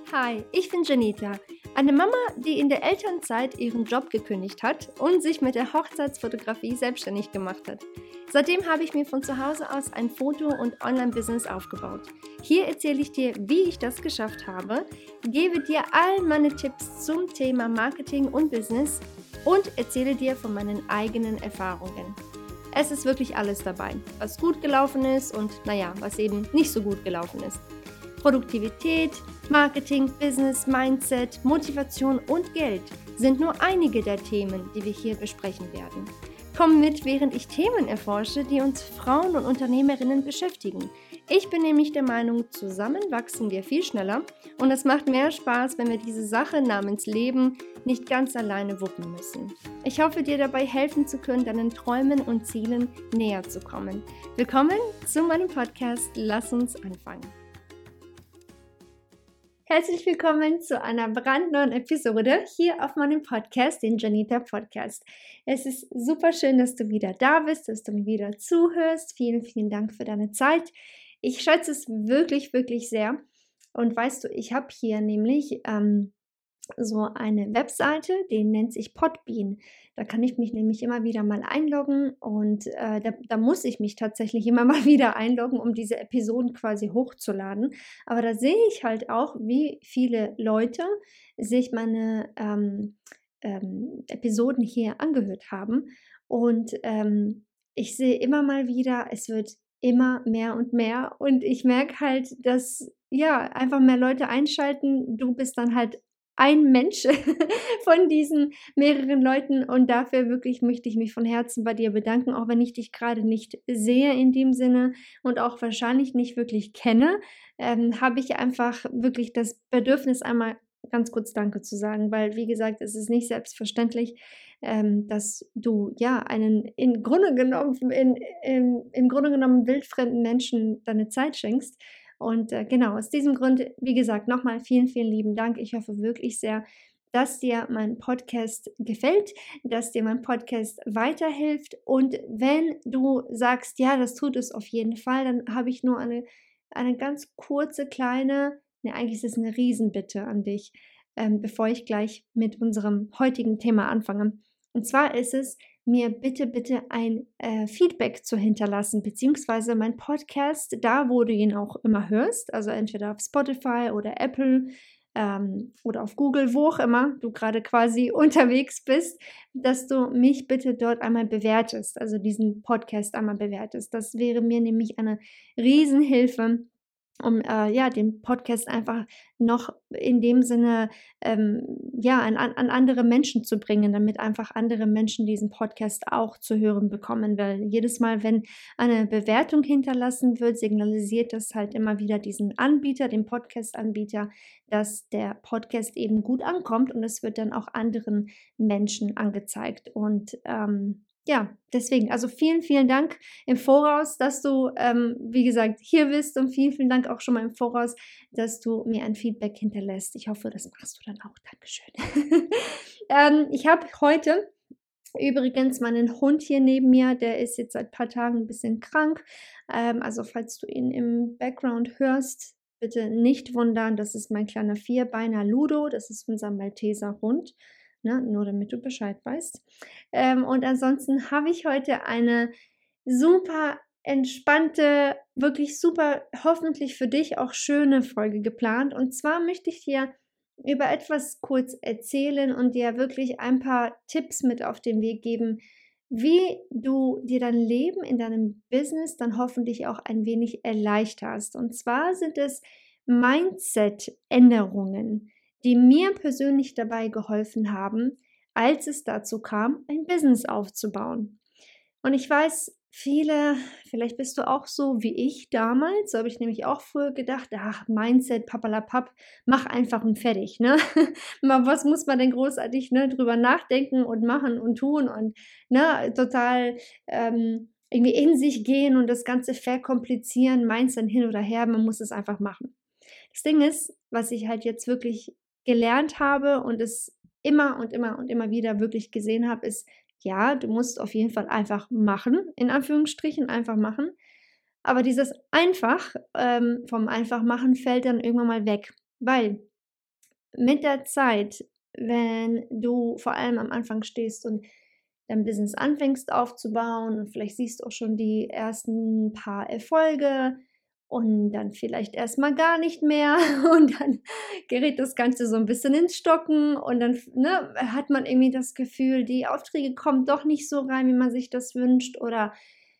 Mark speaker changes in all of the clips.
Speaker 1: Hi, ich bin Janita, eine Mama, die in der Elternzeit ihren Job gekündigt hat und sich mit der Hochzeitsfotografie selbstständig gemacht hat. Seitdem habe ich mir von zu Hause aus ein Foto- und Online-Business aufgebaut. Hier erzähle ich dir, wie ich das geschafft habe, gebe dir all meine Tipps zum Thema Marketing und Business und erzähle dir von meinen eigenen Erfahrungen. Es ist wirklich alles dabei, was gut gelaufen ist und was eben nicht so gut gelaufen ist. Produktivität, Marketing, Business, Mindset, Motivation und Geld sind nur einige der Themen, die wir hier besprechen werden. Komm mit, während ich Themen erforsche, die uns Frauen und Unternehmerinnen beschäftigen. Ich bin nämlich der Meinung, zusammen wachsen wir viel schneller und es macht mehr Spaß, wenn wir diese Sache namens Leben nicht ganz alleine wuppen müssen. Ich hoffe, dir dabei helfen zu können, deinen Träumen und Zielen näher zu kommen. Willkommen zu meinem Podcast. Lass uns anfangen. Herzlich willkommen zu einer brandneuen Episode hier auf meinem Podcast, den Janita Podcast. Es ist super schön, dass du wieder da bist, dass du mir wieder zuhörst. Vielen, vielen Dank für deine Zeit. Ich schätze es wirklich, wirklich sehr. Und weißt du, ich habe hier nämlich so eine Webseite, die nennt sich Podbean. Da kann ich mich nämlich immer wieder mal einloggen und da muss ich mich tatsächlich immer mal wieder einloggen, um diese Episoden quasi hochzuladen. Aber da sehe ich halt auch, wie viele Leute sich meine Episoden hier angehört haben. Und ich sehe immer mal wieder, es wird immer mehr und mehr. Und ich merke halt, dass einfach mehr Leute einschalten. Du bist dann halt ein Mensch von diesen mehreren Leuten und dafür wirklich möchte ich mich von Herzen bei dir bedanken, auch wenn ich dich gerade nicht sehe in dem Sinne und auch wahrscheinlich nicht wirklich kenne, habe ich einfach wirklich das Bedürfnis, einmal ganz kurz Danke zu sagen, weil, wie gesagt, es ist nicht selbstverständlich, dass du einen im Grunde genommen wildfremden Menschen deine Zeit schenkst. Und genau, aus diesem Grund, wie gesagt, nochmal vielen, vielen lieben Dank. Ich hoffe wirklich sehr, dass dir mein Podcast gefällt, dass dir mein Podcast weiterhilft. Und wenn du sagst, ja, das tut es auf jeden Fall, dann habe ich nur eine ganz kurze, kleine, eigentlich ist es eine Riesenbitte an dich, bevor ich gleich mit unserem heutigen Thema anfange. Und zwar ist es, mir bitte ein Feedback zu hinterlassen, beziehungsweise mein Podcast, da wo du ihn auch immer hörst, also entweder auf Spotify oder Apple oder auf Google, wo auch immer du gerade quasi unterwegs bist, dass du mich bitte dort einmal bewertest, also diesen Podcast einmal bewertest. Das wäre mir nämlich eine Riesenhilfe, um den Podcast einfach noch in dem Sinne an andere Menschen zu bringen, damit einfach andere Menschen diesen Podcast auch zu hören bekommen. Weil jedes Mal, wenn eine Bewertung hinterlassen wird, signalisiert das halt immer wieder diesen Anbieter, den Podcast-Anbieter, dass der Podcast eben gut ankommt und es wird dann auch anderen Menschen angezeigt. Und deswegen, also vielen, vielen Dank im Voraus, dass du, wie gesagt, hier bist und vielen, vielen Dank auch schon mal im Voraus, dass du mir ein Feedback hinterlässt. Ich hoffe, das machst du dann auch. Dankeschön. Ich habe heute übrigens meinen Hund hier neben mir, der ist jetzt seit ein paar Tagen ein bisschen krank. Also falls du ihn im Background hörst, bitte nicht wundern, das ist mein kleiner Vierbeiner Ludo, das ist unser Malteser Hund. Ne, nur damit du Bescheid weißt. Und ansonsten habe ich heute eine super entspannte, wirklich super, hoffentlich für dich auch schöne Folge geplant. Und zwar möchte ich dir über etwas kurz erzählen und dir wirklich ein paar Tipps mit auf den Weg geben, wie du dir dein Leben in deinem Business dann hoffentlich auch ein wenig erleichterst. Und zwar sind es Mindset-Änderungen, die mir persönlich dabei geholfen haben, als es dazu kam, ein Business aufzubauen. Und ich weiß, vielleicht bist du auch so wie ich damals, so habe ich nämlich auch früher gedacht, ach, Mindset, papalapap, mach einfach und fertig, ne? Was muss man denn großartig, ne, drüber nachdenken und machen und tun und, ne, total irgendwie in sich gehen und das Ganze verkomplizieren, Mindset hin oder her, man muss es einfach machen. Das Ding ist, was ich halt jetzt wirklich gelernt habe und es immer und immer und immer wieder wirklich gesehen habe, ist, ja, du musst auf jeden Fall einfach machen, in Anführungsstrichen einfach machen. Aber dieses einfach vom Einfachmachen fällt dann irgendwann mal weg, weil mit der Zeit, wenn du vor allem am Anfang stehst und dein Business anfängst aufzubauen und vielleicht siehst du auch schon die ersten paar Erfolge und dann vielleicht erst mal gar nicht mehr und dann gerät das Ganze so ein bisschen ins Stocken und dann ne, hat man irgendwie das Gefühl, die Aufträge kommen doch nicht so rein, wie man sich das wünscht oder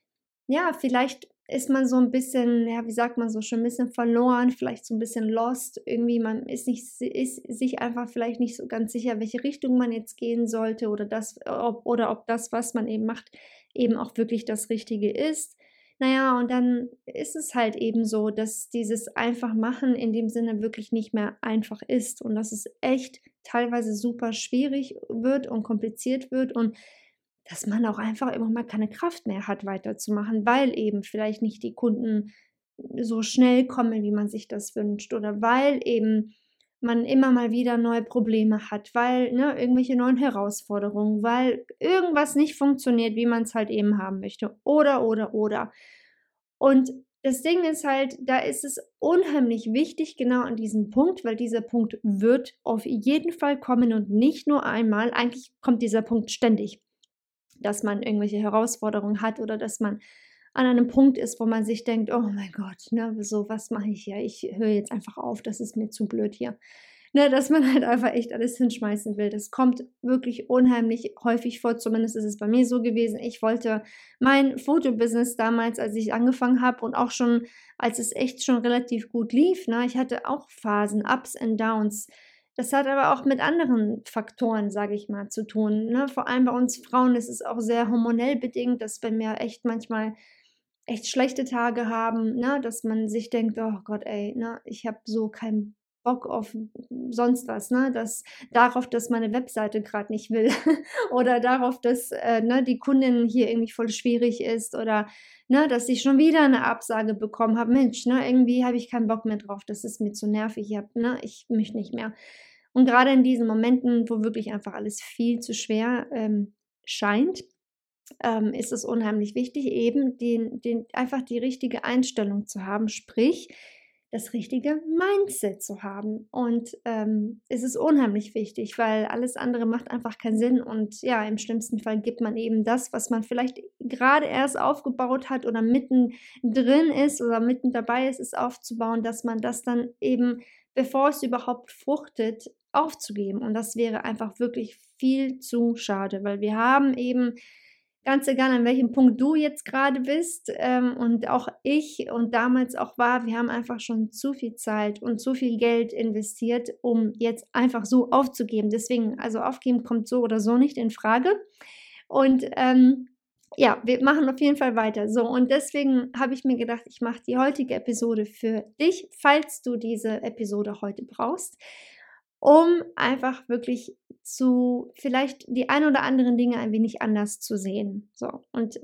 Speaker 1: ja, vielleicht ist man so ein bisschen, ja, wie sagt man so schön, 'n bisschen verloren, vielleicht so ein bisschen lost. Irgendwie man ist sich einfach vielleicht nicht so ganz sicher, welche Richtung man jetzt gehen sollte oder ob das, was man eben macht, eben auch wirklich das Richtige ist. Na ja, und dann ist es halt eben so, dass dieses einfach machen in dem Sinne wirklich nicht mehr einfach ist und dass es echt teilweise super schwierig wird und kompliziert wird und dass man auch einfach irgendwann mal keine Kraft mehr hat, weiterzumachen, weil eben vielleicht nicht die Kunden so schnell kommen, wie man sich das wünscht oder weil eben man immer mal wieder neue Probleme hat, weil, ne, irgendwelche neuen Herausforderungen, weil irgendwas nicht funktioniert, wie man es halt eben haben möchte oder. Und das Ding ist halt, da ist es unheimlich wichtig, genau an diesem Punkt, weil dieser Punkt wird auf jeden Fall kommen und nicht nur einmal. Eigentlich kommt dieser Punkt ständig, dass man irgendwelche Herausforderungen hat oder dass man an einem Punkt ist, wo man sich denkt: „Oh mein Gott, ne, so was mache ich hier? Ich höre jetzt einfach auf, das ist mir zu blöd hier.“ Ne, dass man halt einfach echt alles hinschmeißen will. Das kommt wirklich unheimlich häufig vor, zumindest ist es bei mir so gewesen. Ich wollte mein Fotobusiness damals, als ich angefangen habe und auch schon, als es echt schon relativ gut lief, ne, ich hatte auch Phasen, Ups and Downs. Das hat aber auch mit anderen Faktoren, sage ich mal, zu tun, ne? Vor allem bei uns Frauen ist es auch sehr hormonell bedingt, dass wenn wir echt manchmal echt schlechte Tage haben, ne, dass man sich denkt: „Oh Gott, ey, ne, ich habe so keinen Bock auf sonst was“, ne? Dass meine Webseite gerade nicht will oder darauf, dass, ne, die Kundin hier irgendwie voll schwierig ist oder, ne, dass ich schon wieder eine Absage bekommen habe. Mensch, ne, irgendwie habe ich keinen Bock mehr drauf. Das ist mir zu nervig. Ich möchte nicht mehr. Und gerade in diesen Momenten, wo wirklich einfach alles viel zu schwer, scheint, ist es unheimlich wichtig, eben einfach die richtige Einstellung zu haben, sprich, das richtige Mindset zu haben. Und, es ist unheimlich wichtig, weil alles andere macht einfach keinen Sinn und ja, im schlimmsten Fall gibt man eben das, was man vielleicht gerade erst aufgebaut hat oder mitten drin ist oder mitten dabei ist, es aufzubauen, dass man das dann eben, bevor es überhaupt fruchtet, aufzugeben. Und das wäre einfach wirklich viel zu schade, weil wir haben eben ganz egal, an welchem Punkt du jetzt gerade bist, und auch ich und damals auch war, wir haben einfach schon zu viel Zeit und zu viel Geld investiert, um jetzt einfach so aufzugeben. Deswegen, also aufgeben kommt so oder so nicht in Frage. Und, ja, wir machen auf jeden Fall weiter. So, und deswegen habe ich mir gedacht, ich mache die heutige Episode für dich, falls du diese Episode heute brauchst, um einfach wirklich vielleicht die ein oder anderen Dinge ein wenig anders zu sehen. So, und,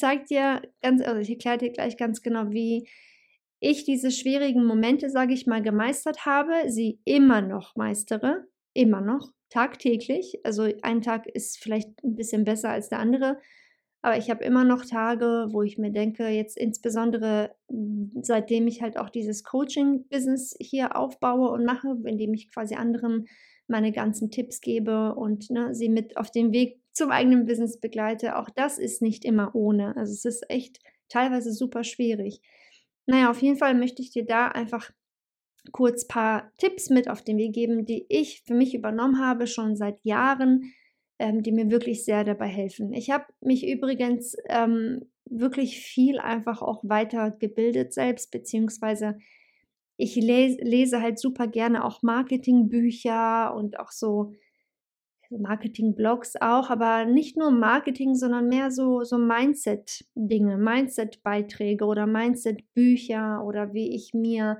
Speaker 1: ich erkläre dir gleich ganz genau, wie ich diese schwierigen Momente, sage ich mal, gemeistert habe, sie immer noch meistere, immer noch, tagtäglich. Also, ein Tag ist vielleicht ein bisschen besser als der andere, aber ich habe immer noch Tage, wo ich mir denke, jetzt insbesondere, seitdem ich halt auch dieses Coaching-Business hier aufbaue und mache, indem ich quasi anderen meine ganzen Tipps gebe und, ne, sie mit auf dem Weg zum eigenen Business begleite. Auch das ist nicht immer ohne. Also, es ist echt teilweise super schwierig. Na ja, auf jeden Fall möchte ich dir da einfach kurz paar Tipps mit auf den Weg geben, die ich für mich übernommen habe, schon seit Jahren, die mir wirklich sehr dabei helfen. Ich habe mich übrigens, wirklich viel einfach auch weitergebildet selbst, beziehungsweise ich lese halt super gerne auch Marketingbücher und auch so Marketing-Blogs auch, aber nicht nur Marketing, sondern mehr so Mindset-Dinge, Mindset-Beiträge oder Mindset-Bücher oder wie ich mir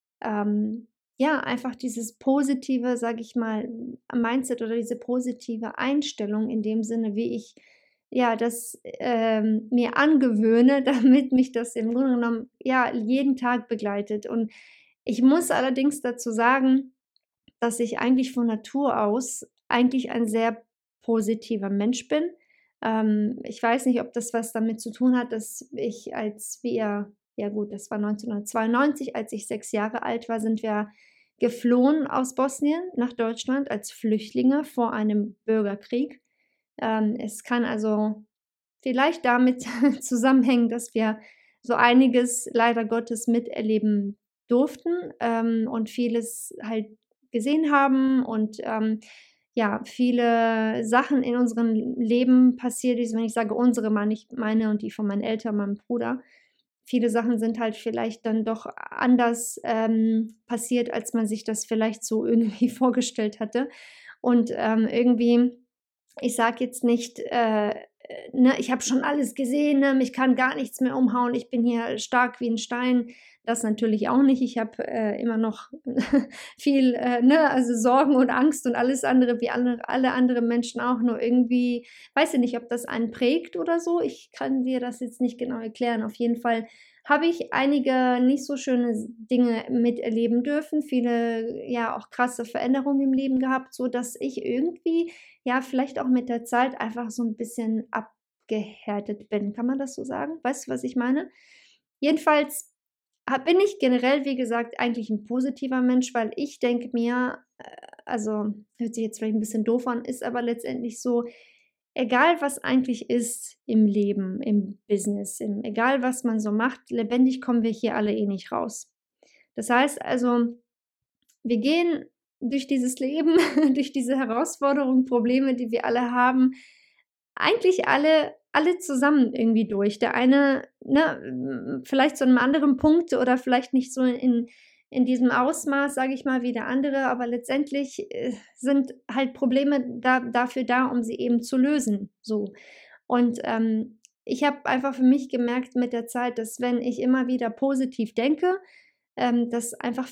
Speaker 1: ja, einfach dieses positive, sage ich mal, Mindset oder diese positive Einstellung in dem Sinne, wie ich, ja, das, mir angewöhne, damit mich das im Grunde genommen, ja, jeden Tag begleitet. Und ich muss allerdings dazu sagen, dass ich eigentlich von Natur aus eigentlich ein sehr positiver Mensch bin. Ich weiß nicht, ob das was damit zu tun hat, dass ich, als wir ja gut, das war 1992, als ich 6 Jahre alt war, sind wir geflohen aus Bosnien nach Deutschland als Flüchtlinge vor einem Bürgerkrieg. Es kann also vielleicht damit zusammenhängen, dass wir so einiges leider Gottes miterleben durften, und vieles halt gesehen haben und ja, viele Sachen in unserem Leben passiert ist. Wenn ich sage unsere, meine ich meine und die von meinen Eltern, meinem Bruder. Viele Sachen sind halt vielleicht dann doch anders passiert, als man sich das vielleicht so irgendwie vorgestellt hatte. Und irgendwie, ich sage jetzt nicht, ne, ich habe schon alles gesehen, ne, mich kann gar nichts mehr umhauen, ich bin hier stark wie ein Stein. Das natürlich auch nicht. Ich habe immer noch viel, ne, also Sorgen und Angst und alles andere wie alle anderen Menschen auch. Nur irgendwie, weiß ich nicht, ob das einen prägt oder so. Ich kann dir das jetzt nicht genau erklären. Auf jeden Fall habe ich einige nicht so schöne Dinge miterleben dürfen, viele ja auch krasse Veränderungen im Leben gehabt, so dass ich irgendwie ja vielleicht auch mit der Zeit einfach so ein bisschen abgehärtet bin. Kann man das so sagen? Weißt du, was ich meine? Jedenfalls bin ich generell, wie gesagt, eigentlich ein positiver Mensch, weil ich denke mir, also hört sich jetzt vielleicht ein bisschen doof an, ist aber letztendlich so, egal was eigentlich ist im Leben, im Business, egal was man so macht, lebendig kommen wir hier alle eh nicht raus. Das heißt also, wir gehen durch dieses Leben, durch diese Herausforderungen, Probleme, die wir alle haben, eigentlich alle zusammen irgendwie durch. Der eine, ne, vielleicht zu einem anderen Punkt oder vielleicht nicht so in diesem Ausmaß, sage ich mal, wie der andere, aber letztendlich, sind halt Probleme dafür da, um sie eben zu lösen, so. Und, ich habe einfach für mich gemerkt mit der Zeit, dass wenn ich immer wieder positiv denke, dass einfach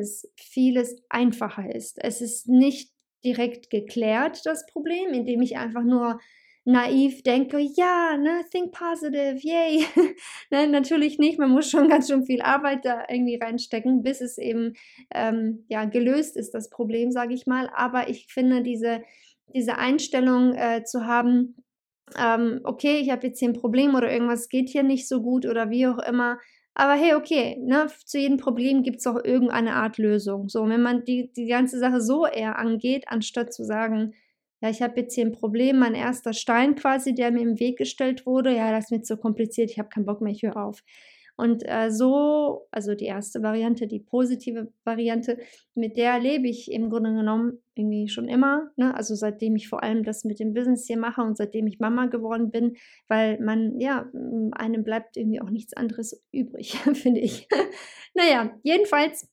Speaker 1: vieles einfacher ist. Es ist nicht direkt geklärt, das Problem, indem ich einfach nur naiv denke: „Ja, ne, think positive, yay." Ne, natürlich nicht. Man muss schon ganz schön viel Arbeit da irgendwie reinstecken, bis es eben, ja, gelöst ist, das Problem, sage ich mal. Aber ich finde, diese Einstellung, zu haben, okay, ich habe jetzt hier ein Problem oder irgendwas geht hier nicht so gut oder wie auch immer. Aber hey, okay, ne, zu jedem Problem gibt's auch irgendeine Art Lösung. So, wenn man die ganze Sache so eher angeht, anstatt zu sagen: „Ja, ich habe jetzt hier ein Problem, mein erster Stein quasi, der mir im Weg gestellt wurde, ja, das ist mir zu kompliziert, ich habe keinen Bock mehr, ich höre auf." Und, so also die erste Variante, die positive Variante, mit der lebe ich im Grunde genommen irgendwie schon immer, ne? Also, seitdem ich vor allem das mit dem Business hier mache und seitdem ich Mama geworden bin, weil man ja, einem bleibt irgendwie auch nichts anderes übrig, finde ich. Na ja, jedenfalls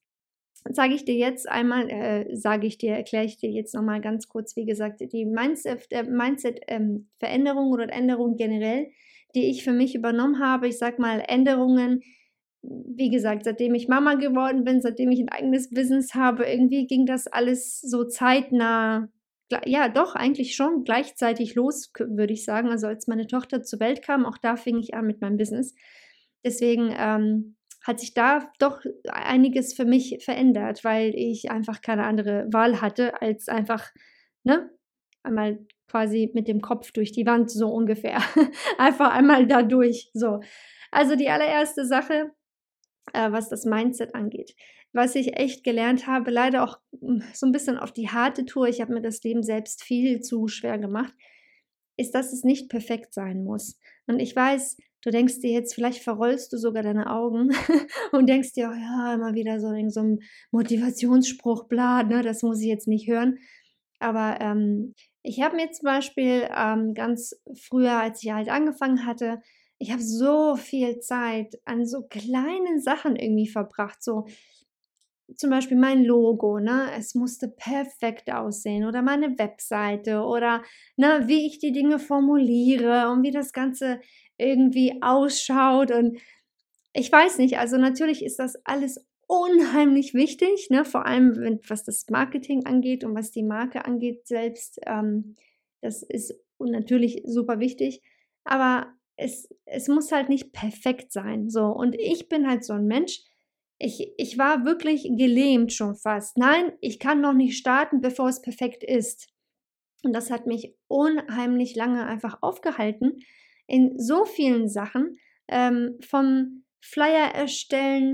Speaker 1: erkläre ich dir jetzt noch mal ganz kurz, wie gesagt, die Mindset, Veränderung oder Änderung generell, die ich für mich übernommen habe. Ich sage mal, Änderungen, wie gesagt, seitdem ich Mama geworden bin, seitdem ich ein eigenes Business habe, irgendwie ging das alles so zeitnah, ja, doch, eigentlich schon gleichzeitig los, würde ich sagen. Also, als meine Tochter zur Welt kam, auch da fing ich an mit meinem Business. Deswegen, hat sich da doch einiges für mich verändert, weil ich einfach keine andere Wahl hatte, als einfach, ne, einmal quasi mit dem Kopf durch die Wand, so ungefähr. Einfach einmal da durch, so. Also, die allererste Sache, was das Mindset angeht. Was ich echt gelernt habe, leider auch, so ein bisschen auf die harte Tour, ich habe mir das Leben selbst viel zu schwer gemacht, ist, dass es nicht perfekt sein muss. Und ich weiß, du denkst dir jetzt, vielleicht verrollst du sogar deine Augen und denkst dir: „Oh ja, immer wieder so irgend so 'n Motivationsspruch, bla, ne, das muss ich jetzt nicht hören." Aber, ich habe mir zum Beispiel, ganz früher, als ich halt angefangen hatte, ich habe so viel Zeit an so kleinen Sachen irgendwie verbracht, so zum Beispiel mein Logo, ne? Es musste perfekt aussehen oder meine Webseite oder, ne, wie ich die Dinge formuliere und wie das Ganze irgendwie ausschaut und ich weiß nicht, also natürlich ist das alles unheimlich wichtig, ne, vor allem, was das Marketing angeht und was die Marke angeht selbst. Das ist natürlich super wichtig, aber es muss halt nicht perfekt sein, so. Und ich bin halt so ein Mensch, ich war wirklich gelähmt schon fast. Nein, ich kann noch nicht starten, bevor es perfekt ist. Und das hat mich unheimlich lange einfach aufgehalten in so vielen Sachen, vom Flyer erstellen,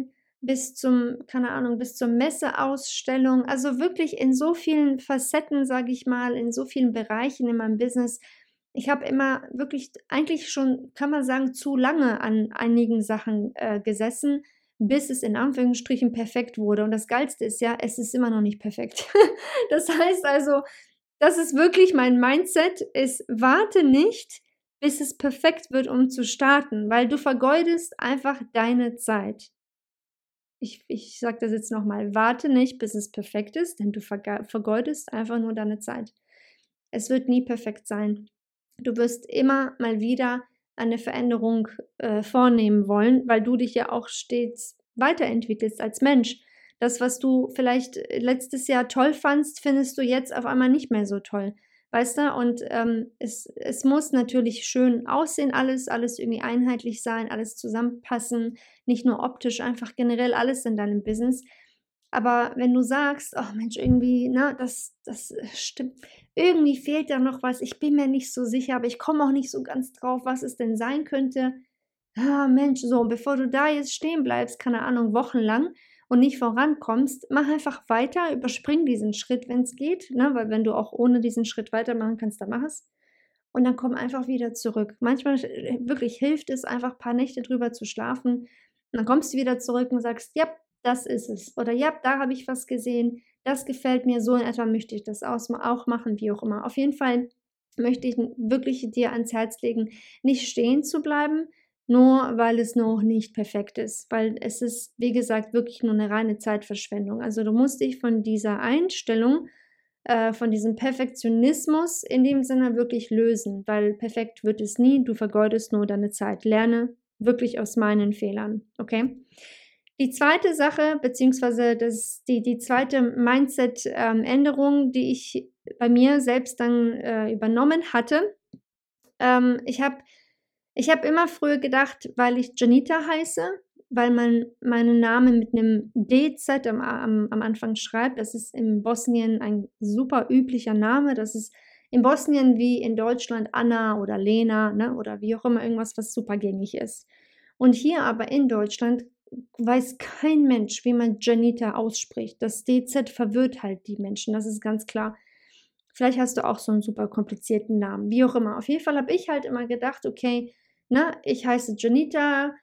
Speaker 1: bis zum, keine Ahnung, bis zur Messeausstellung. Also wirklich in so vielen Facetten, sage ich mal, in so vielen Bereichen in meinem Business. Ich habe immer wirklich eigentlich schon, kann man sagen, zu lange an einigen Sachen gesessen, bis es in Anführungsstrichen perfekt wurde. Und das Geilste ist ja, es ist immer noch nicht perfekt. Das heißt also, das ist wirklich mein Mindset, ist warte nicht, bis es perfekt wird, um zu starten, weil du vergeudest einfach deine Zeit. Ich sage das jetzt nochmal, warte nicht, bis es perfekt ist, denn du vergeudest einfach nur deine Zeit. Es wird nie perfekt sein. Du wirst immer mal wieder eine Veränderung vornehmen wollen, weil du dich ja auch stets weiterentwickelst als Mensch. Das, was du vielleicht letztes Jahr toll fandst, findest du jetzt auf einmal nicht mehr so toll. Weißt du? Und es muss natürlich schön aussehen, alles irgendwie einheitlich sein, alles zusammenpassen, nicht nur optisch, einfach generell alles in deinem Business. Aber wenn du sagst, oh Mensch, irgendwie, ne, das stimmt, irgendwie fehlt da noch was, ich bin mir nicht so sicher, aber ich komme auch nicht so ganz drauf, was es denn sein könnte. Ah, Mensch, so, bevor du da jetzt stehen bleibst, keine Ahnung, wochenlang und nicht vorankommst, mach einfach weiter, überspring diesen Schritt, wenn es geht, ne? Weil wenn du auch ohne diesen Schritt weitermachen kannst, dann mach es. Und dann komm einfach wieder zurück. Manchmal wirklich hilft es einfach, ein paar Nächte drüber zu schlafen. Und dann kommst du wieder zurück und sagst, ja, das ist es. Oder ja, da habe ich was gesehen, das gefällt mir, so in etwa möchte ich das auch machen, wie auch immer. Auf jeden Fall möchte ich wirklich dir ans Herz legen, nicht stehen zu bleiben, nur weil es noch nicht perfekt ist, weil es ist, wie gesagt, wirklich nur eine reine Zeitverschwendung. Also du musst dich von dieser Einstellung, von diesem Perfektionismus in dem Sinne wirklich lösen, weil perfekt wird es nie, du vergeudest nur deine Zeit. Lerne wirklich aus meinen Fehlern, okay? Die zweite Sache, beziehungsweise die zweite Mindset-Änderung, die ich bei mir selbst dann übernommen hatte. Ich hab immer früher gedacht, weil ich Janita heiße, weil man meinen Namen mit einem DZ am Anfang schreibt. Das ist in Bosnien ein super üblicher Name. Das ist in Bosnien wie in Deutschland Anna oder Lena, ne, oder wie auch immer, irgendwas, was super gängig ist. Und hier aber in Deutschland weiß kein Mensch, wie man Janita ausspricht. Das DZ verwirrt halt die Menschen, das ist ganz klar. Vielleicht hast du auch so einen super komplizierten Namen, wie auch immer. Auf jeden Fall habe ich halt immer gedacht, okay, ne, ich heiße Janita,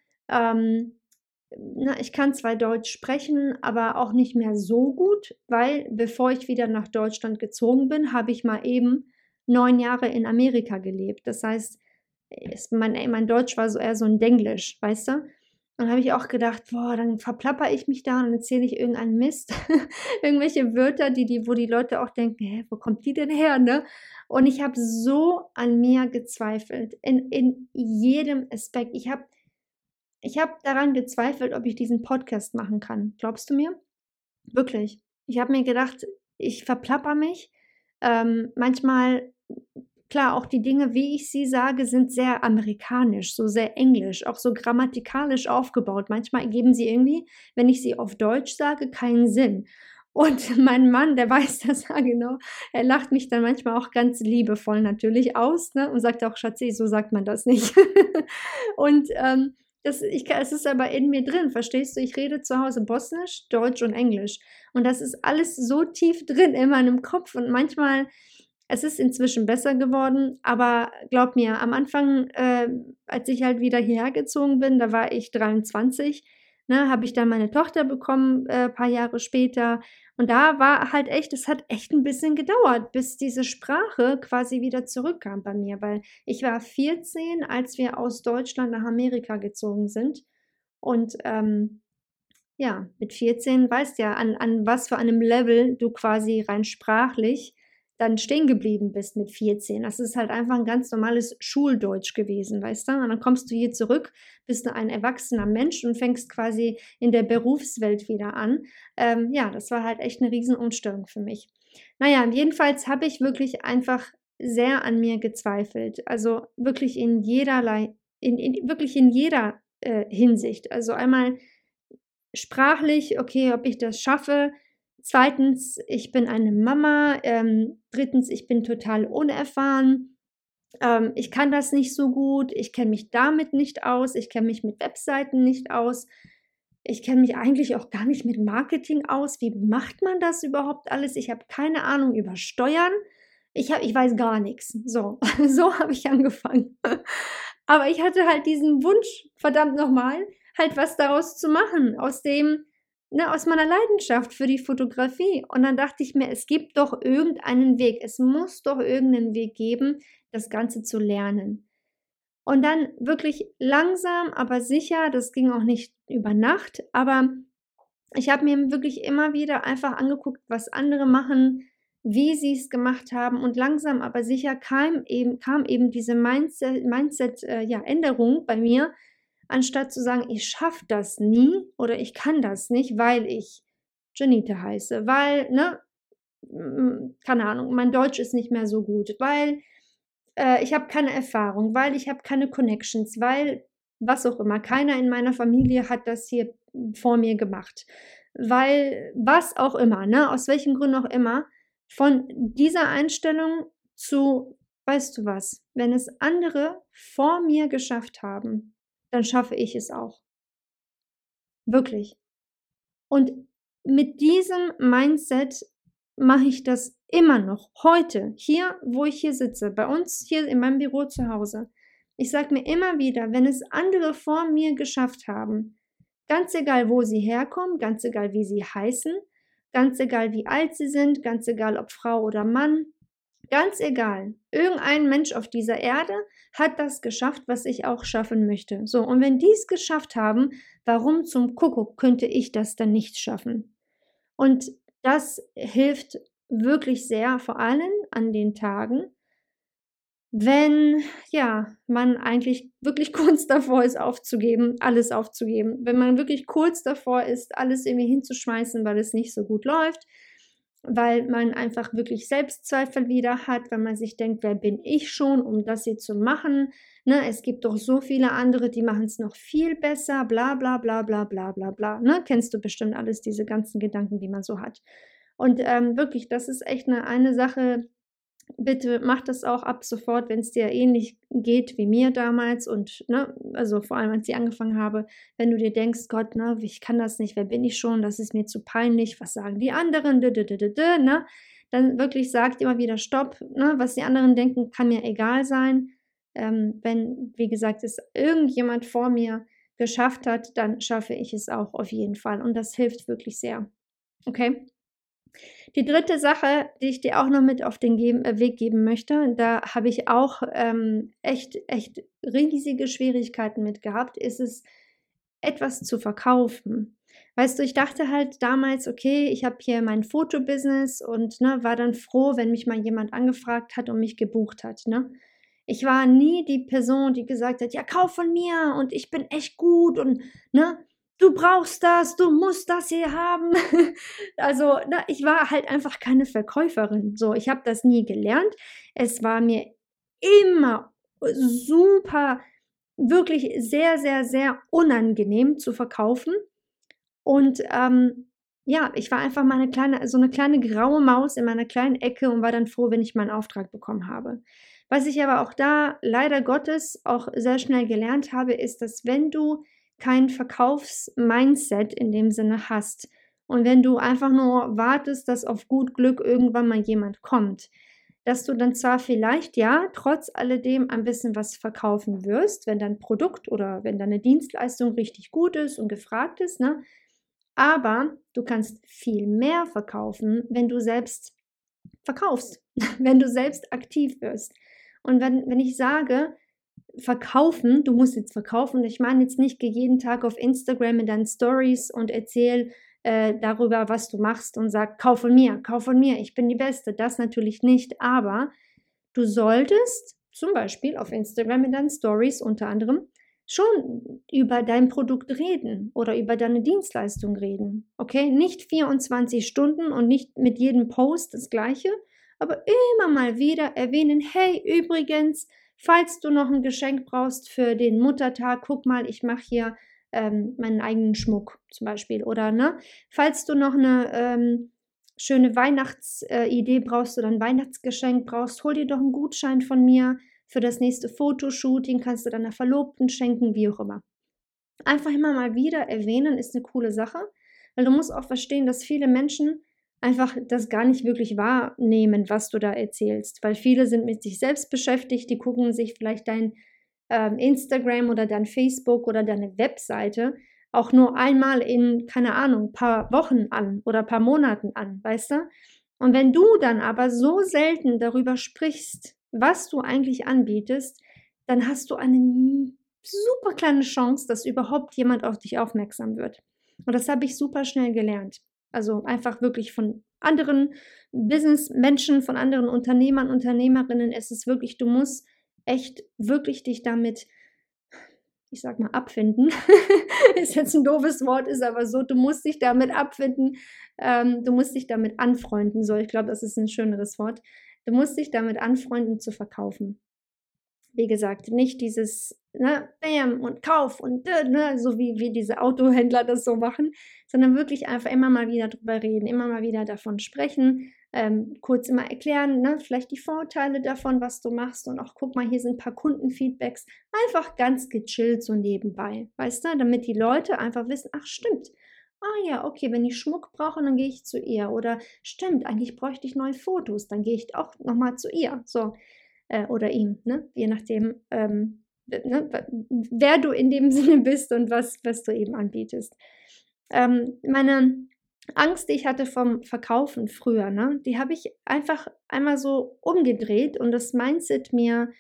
Speaker 1: ich kann zwar Deutsch sprechen, aber auch nicht mehr so gut, weil bevor ich wieder nach Deutschland gezogen bin, habe ich mal eben 9 Jahre in Amerika gelebt. Das heißt, mein Deutsch war so eher so ein Denglisch, weißt du? Und habe ich auch gedacht, boah, dann verplapper ich mich da und erzähle ich irgendeinen Mist, irgendwelche Wörter, wo die Leute auch denken, hä, wo kommt die denn her, ne? Und ich habe so an mir gezweifelt, in jedem Aspekt. Ich hab daran gezweifelt, ob ich diesen Podcast machen kann. Glaubst du mir? Wirklich. Ich habe mir gedacht, ich verplapper mich. Manchmal, klar, auch die Dinge, wie ich sie sage, sind sehr amerikanisch, so sehr englisch, auch so grammatikalisch aufgebaut. Manchmal geben sie irgendwie, wenn ich sie auf Deutsch sage, keinen Sinn. Und mein Mann, der weiß das ja genau, er lacht mich dann manchmal auch ganz liebevoll natürlich aus, ne, und sagt auch: „Schatzi, so sagt man das nicht." Und, es ist aber in mir drin, verstehst du? Ich rede zu Hause Bosnisch, Deutsch und Englisch. Und das ist alles so tief drin in meinem Kopf und manchmal es ist inzwischen besser geworden, aber glaub mir, am Anfang, als ich halt wieder hierher gezogen bin, da war ich 23, ne, habe ich dann meine Tochter bekommen, paar Jahre später. Und da war halt echt es hat echt ein bisschen gedauert, bis diese Sprache quasi wieder zurückkam bei mir, weil ich war 14, als wir aus Deutschland nach Amerika gezogen sind. Und, ja, mit 14 weißt ja, an was für einem Level du quasi rein sprachlich dann stehen geblieben bist mit 14. Das ist halt einfach ein ganz normales Schuldeutsch gewesen, weißt du? Und dann kommst du hier zurück, bist du ein erwachsener Mensch und fängst quasi in der Berufswelt wieder an. Ja, das war halt echt eine Riesenumstellung für mich. Na ja, jedenfalls habe ich wirklich einfach sehr an mir gezweifelt. Also, wirklich in jederlei wirklich in jeder, Hinsicht. Also, einmal sprachlich, okay, ob ich das schaffe. Zweitens, ich bin eine Mama. Drittens, ich bin total unerfahren. Ich kann das nicht so gut. Ich kenne mich damit nicht aus. Ich kenne mich mit Webseiten nicht aus. Ich kenne mich eigentlich auch gar nicht mit Marketing aus. Wie macht man das überhaupt alles? Ich habe keine Ahnung über Steuern. Ich weiß gar nichts. So, so habe ich angefangen. Aber ich hatte halt diesen Wunsch, verdammt nochmal, halt was daraus zu machen, aus meiner Leidenschaft für die Fotografie. Und dann dachte ich mir, es gibt doch irgendeinen Weg. Es muss doch irgendeinen Weg geben, das Ganze zu lernen. Und dann wirklich langsam, aber sicher, das ging auch nicht über Nacht, aber ich habe mir wirklich immer wieder einfach angeguckt, was andere machen, wie sie es gemacht haben, und langsam, aber sicher kam eben diese ja, Änderung bei mir, anstatt zu sagen: „Ich schaffe das nie" oder „Ich kann das nicht, weil ich Janita heiße, weil, ne, keine Ahnung, mein Deutsch ist nicht mehr so gut, weil ich habe keine Erfahrung, weil ich habe keine Connections, weil was auch immer. Keiner in meiner Familie hat das hier vor mir gemacht, weil was auch immer, ne, aus welchen Gründen auch immer, von dieser Einstellung zu: „Weißt du was? Wenn es andere vor mir geschafft haben, dann schaffe ich es auch." Wirklich. Und mit diesem Mindset mache ich das immer noch heute, hier, wo ich hier sitze, bei uns hier in meinem Büro zu Hause. Ich sage mir immer wieder, wenn es andere vor mir geschafft haben, ganz egal, wo sie herkommen, ganz egal, wie sie heißen, ganz egal, wie alt sie sind, ganz egal, ob Frau oder Mann, ganz egal, irgendein Mensch auf dieser Erde hat das geschafft, was ich auch schaffen möchte. So, und wenn die es geschafft haben, warum zum Kuckuck könnte ich das dann nicht schaffen? Und das hilft wirklich sehr, vor allem an den Tagen, wenn, ja, man eigentlich wirklich kurz davor ist aufzugeben, alles aufzugeben. Wenn man wirklich kurz davor ist, alles irgendwie hinzuschmeißen, weil es nicht so gut läuft, weil man einfach wirklich Selbstzweifel wieder hat, weil man sich denkt: „Wer bin ich schon, um das hier zu machen? Ne, es gibt doch so viele andere, die machen es noch viel besser, bla bla bla bla bla bla bla", ne? Kennst du bestimmt alles, diese ganzen Gedanken, die man so hat. Und, wirklich, das ist echt eine Sache. Bitte mach das auch ab sofort, wenn es dir ähnlich geht wie mir damals, und, ne, also, vor allem, als ich angefangen habe, wenn du dir denkst: „Gott, ne, ich kann das nicht, wer bin ich schon? Das ist mir zu peinlich. Was sagen die anderen? D d d d d", ne? Dann wirklich sag immer wieder: „Stopp", ne? Was die anderen denken, kann mir egal sein. Wenn, wie gesagt, es irgendjemand vor mir geschafft hat, dann schaffe ich es auch auf jeden Fall, und das hilft wirklich sehr. Okay? Die dritte Sache, die ich dir auch noch mit auf den Weg geben möchte, da habe ich auch, echt riesige Schwierigkeiten mit gehabt, ist es, etwas zu verkaufen. Weißt du, ich dachte halt damals: „Okay, ich habe hier mein Fotobusiness", und, ne, war dann froh, wenn mich mal jemand angefragt hat und mich gebucht hat, ne? Ich war nie die Person, die gesagt hat: „Ja, kauf von mir und ich bin echt gut und, ne, du brauchst das, du musst das hier haben." Also, ne, ich war halt einfach keine Verkäuferin. So, ich habe das nie gelernt. Es war mir immer super, wirklich sehr, sehr, sehr unangenehm zu verkaufen. Und, ja, ich war einfach mal 'ne kleine graue Maus in meiner kleinen Ecke und war dann froh, wenn ich mal 'n Auftrag bekommen habe. Was ich aber auch da leider Gottes auch sehr schnell gelernt habe, ist, dass wenn du kein Verkaufs-Mindset in dem Sinne hast und wenn du einfach nur wartest, dass auf gut Glück irgendwann mal jemand kommt, dass du dann zwar vielleicht, ja, trotz alledem ein bisschen was verkaufen wirst, wenn dein Produkt oder wenn deine Dienstleistung richtig gut ist und gefragt ist, ne? Aber du kannst viel mehr verkaufen, wenn du selbst verkaufst, wenn du selbst aktiv wirst. Und wenn ich sage, verkaufen, du musst jetzt verkaufen, ich meine jetzt nicht, geh jeden Tag auf Instagram in deinen Stories und erzähl, darüber, was du machst, und sag: kauf von mir, ich bin die Beste." Das natürlich nicht, aber du solltest zum Beispiel auf Instagram in deinen Stories unter anderem schon über dein Produkt reden oder über deine Dienstleistung reden, okay? Nicht 24 Stunden und nicht mit jedem Post das Gleiche, aber immer mal wieder erwähnen: „Hey, übrigens, falls du noch ein Geschenk brauchst für den Muttertag, guck mal, ich mache hier, meinen eigenen Schmuck", zum Beispiel. Oder, ne, falls du noch eine schöne Idee brauchst oder ein Weihnachtsgeschenk brauchst, hol dir doch einen Gutschein von mir für das nächste Fotoshooting, kannst du deiner Verlobten schenken, wie auch immer. einfach immer mal wieder erwähnen, ist eine coole Sache, weil du musst auch verstehen, dass viele Menschen einfach das gar nicht wirklich wahrnehmen, was du da erzählst, weil viele sind mit sich selbst beschäftigt, die gucken sich vielleicht dein Instagram oder dein Facebook oder deine Webseite auch nur einmal in, keine Ahnung, paar Wochen an oder paar Monaten an, weißt du? Und wenn du dann aber so selten darüber sprichst, was du eigentlich anbietest, dann hast du eine super kleine Chance, dass überhaupt jemand auf dich aufmerksam wird. Und das habe ich super schnell gelernt. Also einfach wirklich von anderen Businessmenschen, von anderen Unternehmern, Unternehmerinnen. Es ist wirklich, du musst echt wirklich dich damit, ich sag mal, abfinden. Ist jetzt ein doofes Wort, ist aber so, du musst dich damit abfinden, du musst dich damit anfreunden. So, ich glaube, das ist ein schöneres Wort. Du musst dich damit anfreunden zu verkaufen. Wie gesagt, nicht dieses, ne, Bam und Kauf und ne, so wie diese Autohändler das so machen, sondern wirklich einfach immer mal wieder drüber reden, immer mal wieder davon sprechen, kurz immer erklären, ne, vielleicht die Vorteile davon, was du machst und auch guck mal, hier sind ein paar Kundenfeedbacks, einfach ganz gechillt so nebenbei, weißt du, damit die Leute einfach wissen, ach stimmt, ah ja, okay, wenn ich Schmuck brauche, dann gehe ich zu ihr oder stimmt, eigentlich bräuchte ich neue Fotos, dann gehe ich auch nochmal zu ihr, so. Oder ihm, ne? Je nachdem, ne, wer du in dem Sinne bist und was du eben anbietest. Meine Angst, die ich hatte vom Verkaufen früher, ne, die habe ich einfach einmal so umgedreht und das Mindset mir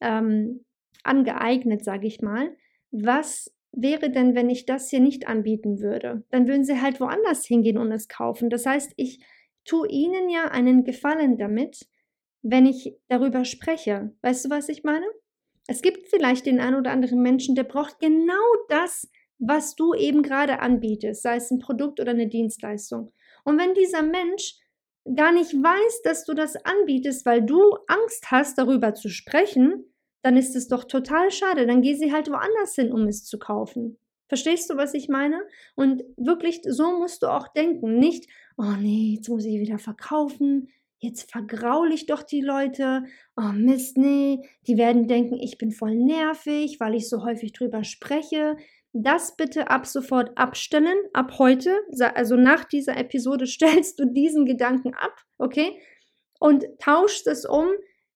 Speaker 1: angeeignet, sage ich mal. Was wäre denn, wenn ich das hier nicht anbieten würde? Dann würden sie halt woanders hingehen und es kaufen. Das heißt, ich tue ihnen ja einen Gefallen damit, wenn ich darüber spreche. Weißt du, was ich meine? Es gibt vielleicht den einen oder anderen Menschen, der braucht genau das, was du eben gerade anbietest, sei es ein Produkt oder eine Dienstleistung. Und wenn dieser Mensch gar nicht weiß, dass du das anbietest, weil du Angst hast, darüber zu sprechen, dann ist es doch total schade. Dann geh sie halt woanders hin, um es zu kaufen. Verstehst du, was ich meine? Und wirklich, so musst du auch denken. Nicht, oh nee, jetzt muss ich wieder verkaufen. Jetzt vergraule ich doch die Leute. Oh Mist, nee, die werden denken, ich bin voll nervig, weil ich so häufig drüber spreche. Das bitte ab sofort abstellen, ab heute, also nach dieser Episode stellst du diesen Gedanken ab, okay? Und tauschst es um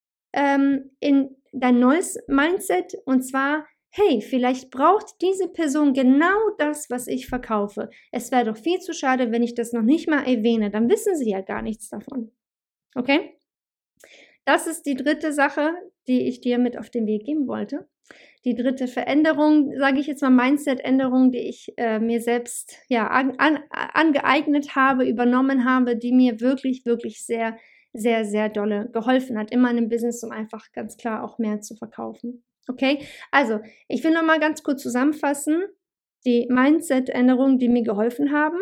Speaker 1: in dein neues Mindset und zwar, hey, vielleicht braucht diese Person genau das, was ich verkaufe. Es wäre doch viel zu schade, wenn ich das noch nicht mal erwähne, dann wissen sie ja gar nichts davon. Okay? Das ist die dritte Sache, die ich dir mit auf den Weg geben wollte. Die dritte Veränderung, sage ich jetzt mal, Mindset-Änderung, die ich mir selbst ja angeeignet habe, übernommen habe, die mir wirklich, wirklich sehr, sehr, sehr dolle geholfen hat in meinem Business, um einfach ganz klar auch mehr zu verkaufen. Okay? Also, ich will nochmal ganz kurz zusammenfassen, die Mindset-Änderungen, die mir geholfen haben,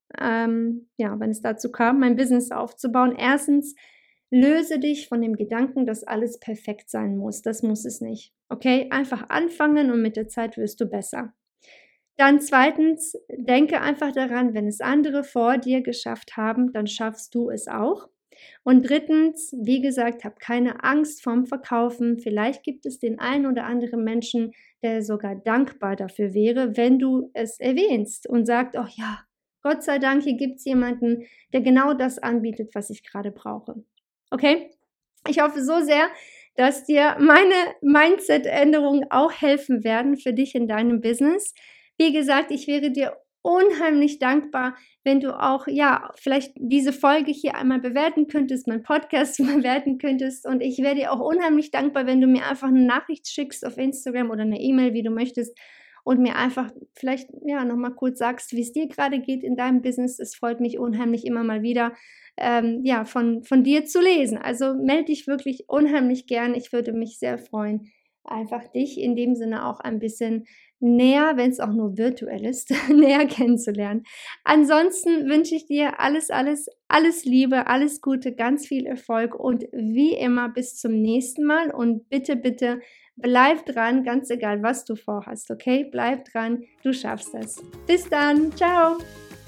Speaker 1: ja, wenn es dazu kam, mein Business aufzubauen. Erstens, löse dich von dem Gedanken, dass alles perfekt sein muss. Das muss es nicht. Okay? Einfach anfangen und mit der Zeit wirst du besser. Dann zweitens, denke einfach daran, wenn es andere vor dir geschafft haben, dann schaffst du es auch. Und drittens, wie gesagt, hab keine Angst vorm Verkaufen. Vielleicht gibt es den einen oder anderen Menschen, der sogar dankbar dafür wäre, wenn du es erwähnst und sagt, oh ja, Gott sei Dank, hier gibt es jemanden, der genau das anbietet, was ich gerade brauche. Okay? Ich hoffe so sehr, dass dir meine Mindset-Änderungen auch helfen werden für dich in deinem Business. Wie gesagt, ich wäre dir unheimlich dankbar, wenn du auch, ja, vielleicht diese Folge hier einmal bewerten könntest, meinen Podcast bewerten könntest. Und ich wäre dir auch unheimlich dankbar, wenn du mir einfach eine Nachricht schickst auf Instagram oder eine E-Mail, wie du möchtest, und mir einfach vielleicht ja nochmal kurz sagst, wie es dir gerade geht in deinem Business. Es freut mich unheimlich immer mal wieder, ja, von dir zu lesen. Also melde dich wirklich unheimlich gern. Ich würde mich sehr freuen, einfach dich in dem Sinne auch ein bisschen näher, wenn es auch nur virtuell ist, näher kennenzulernen. Ansonsten wünsche ich dir alles, alles, alles Liebe, alles Gute, ganz viel Erfolg und wie immer bis zum nächsten Mal und bitte, bitte bleib dran, ganz egal, was du vorhast, okay? Bleib dran, du schaffst es. Bis dann, ciao!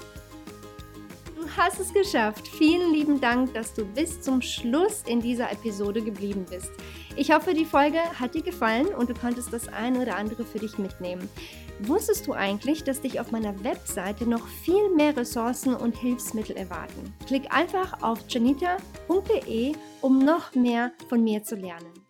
Speaker 1: Du hast es geschafft. Vielen lieben Dank, dass du bis zum Schluss in dieser Episode geblieben bist. Ich hoffe, die Folge hat dir gefallen und du konntest das eine oder andere für dich mitnehmen.
Speaker 2: Wusstest du eigentlich, dass dich auf meiner Webseite noch viel mehr Ressourcen und Hilfsmittel erwarten? Klick einfach auf janita.de, um noch mehr von mir zu lernen.